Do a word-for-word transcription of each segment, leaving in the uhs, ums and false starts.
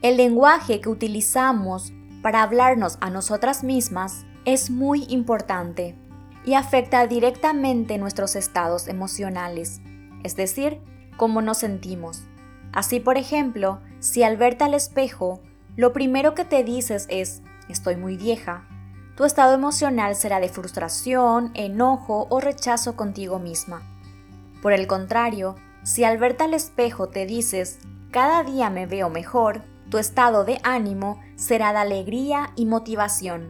El lenguaje que utilizamos para hablarnos a nosotras mismas es muy importante y afecta directamente nuestros estados emocionales, es decir, cómo nos sentimos. Así, por ejemplo, si al verte al espejo, lo primero que te dices es «estoy muy vieja», tu estado emocional será de frustración, enojo o rechazo contigo misma. Por el contrario, si al verte al espejo te dices «cada día me veo mejor», tu estado de ánimo será de alegría y motivación.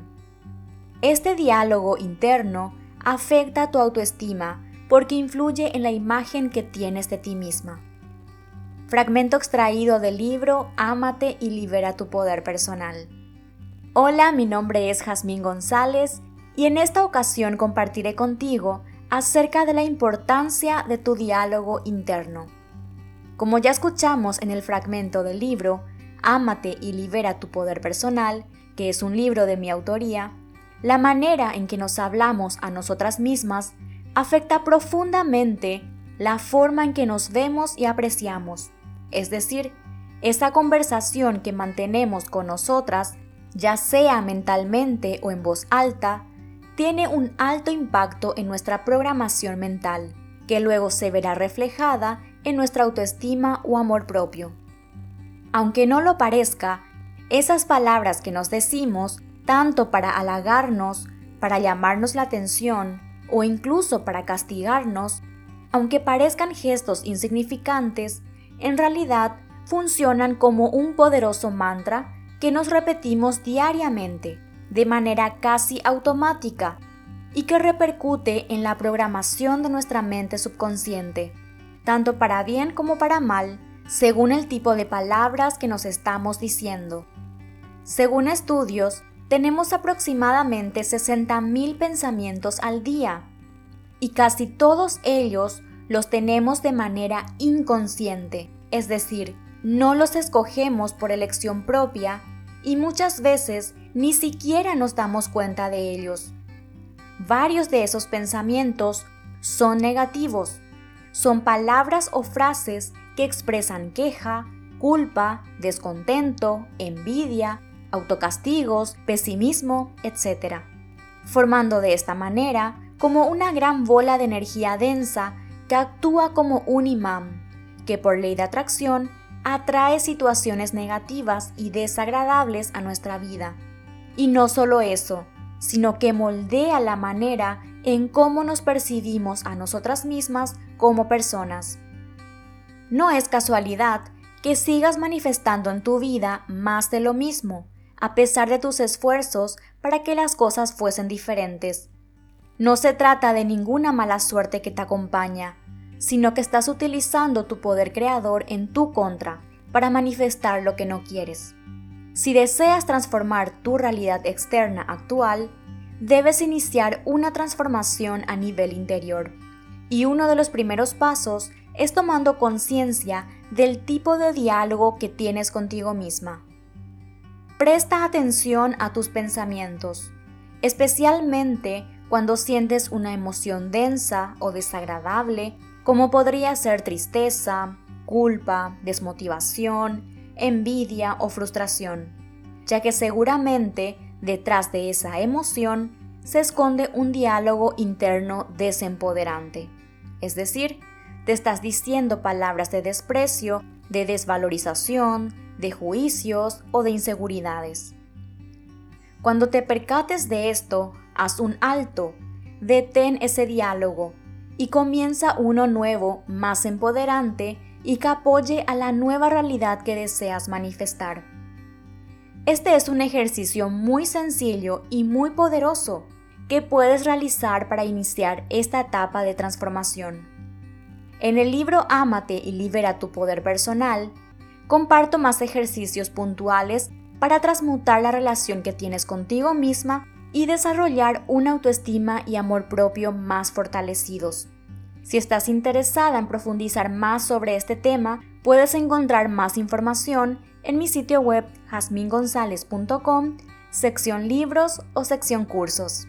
Este diálogo interno afecta tu autoestima porque influye en la imagen que tienes de ti misma. Fragmento extraído del libro Ámate y libera tu poder personal. Hola, mi nombre es Jazmín González y en esta ocasión compartiré contigo acerca de la importancia de tu diálogo interno. Como ya escuchamos en el fragmento del libro Ámate y libera tu poder personal, que es un libro de mi autoría, la manera en que nos hablamos a nosotras mismas afecta profundamente la forma en que nos vemos y apreciamos. Es decir, esa conversación que mantenemos con nosotras, ya sea mentalmente o en voz alta, tiene un alto impacto en nuestra programación mental, que luego se verá reflejada en nuestra autoestima o amor propio. Aunque no lo parezca, esas palabras que nos decimos, tanto para halagarnos, para llamarnos la atención o incluso para castigarnos, aunque parezcan gestos insignificantes, en realidad funcionan como un poderoso mantra que nos repetimos diariamente, de manera casi automática, y que repercute en la programación de nuestra mente subconsciente, tanto para bien como para mal, según el tipo de palabras que nos estamos diciendo. Según estudios, tenemos aproximadamente sesenta mil pensamientos al día, y casi todos ellos los tenemos de manera inconsciente, es decir, no los escogemos por elección propia y muchas veces ni siquiera nos damos cuenta de ellos. Varios de esos pensamientos son negativos, son palabras o frases que expresan queja, culpa, descontento, envidia, autocastigos, pesimismo, etcétera, formando de esta manera como una gran bola de energía densa que actúa como un imán, que por ley de atracción atrae situaciones negativas y desagradables a nuestra vida. Y no solo eso, sino que moldea la manera en cómo nos percibimos a nosotras mismas como personas. No es casualidad que sigas manifestando en tu vida más de lo mismo, a pesar de tus esfuerzos para que las cosas fuesen diferentes. No se trata de ninguna mala suerte que te acompaña, sino que estás utilizando tu poder creador en tu contra para manifestar lo que no quieres. Si deseas transformar tu realidad externa actual, debes iniciar una transformación a nivel interior. Y uno de los primeros pasos es tomando conciencia del tipo de diálogo que tienes contigo misma. Presta atención a tus pensamientos, especialmente cuando sientes una emoción densa o desagradable, como podría ser tristeza, culpa, desmotivación, envidia o frustración, ya que seguramente detrás de esa emoción se esconde un diálogo interno desempoderante. Es decir, te estás diciendo palabras de desprecio, de desvalorización, de juicios o de inseguridades. Cuando te percates de esto, haz un alto, detén ese diálogo y comienza uno nuevo, más empoderante y que apoye a la nueva realidad que deseas manifestar. Este es un ejercicio muy sencillo y muy poderoso que puedes realizar para iniciar esta etapa de transformación. En el libro Ámate y libera tu poder personal, comparto más ejercicios puntuales para transmutar la relación que tienes contigo misma y desarrollar una autoestima y amor propio más fortalecidos. Si estás interesada en profundizar más sobre este tema, puedes encontrar más información en mi sitio web jazmin gonzalez punto com, sección libros o sección cursos.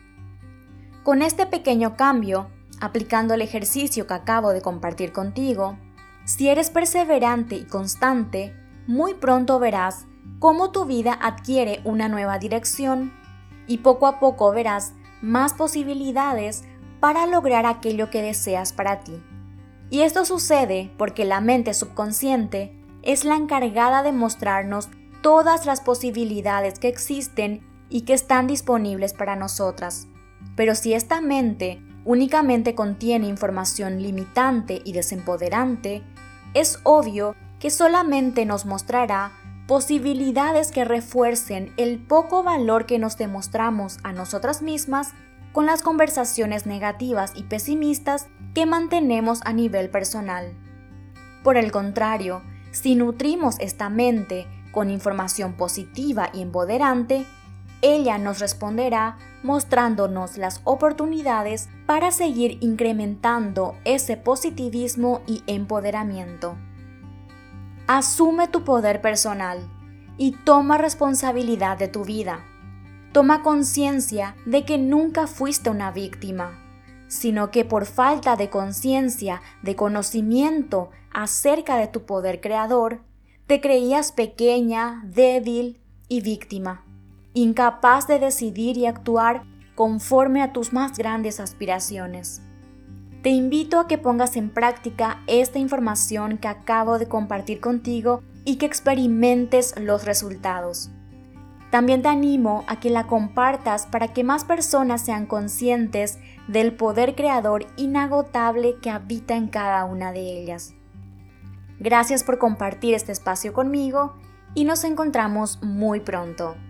Con este pequeño cambio, aplicando el ejercicio que acabo de compartir contigo, si eres perseverante y constante, muy pronto verás cómo tu vida adquiere una nueva dirección y poco a poco verás más posibilidades para lograr aquello que deseas para ti. Y esto sucede porque la mente subconsciente es la encargada de mostrarnos todas las posibilidades que existen y que están disponibles para nosotras. Pero si esta mente únicamente contiene información limitante y desempoderante, es obvio que solamente nos mostrará posibilidades que refuercen el poco valor que nos demostramos a nosotras mismas con las conversaciones negativas y pesimistas que mantenemos a nivel personal. Por el contrario, si nutrimos esta mente con información positiva y empoderante, ella nos responderá mostrándonos las oportunidades para seguir incrementando ese positivismo y empoderamiento. Asume tu poder personal y toma responsabilidad de tu vida. Toma conciencia de que nunca fuiste una víctima, sino que por falta de conciencia, de conocimiento acerca de tu poder creador, te creías pequeña, débil y víctima, incapaz de decidir y actuar conforme a tus más grandes aspiraciones. Te invito a que pongas en práctica esta información que acabo de compartir contigo y que experimentes los resultados. También te animo a que la compartas para que más personas sean conscientes del poder creador inagotable que habita en cada una de ellas. Gracias por compartir este espacio conmigo y nos encontramos muy pronto.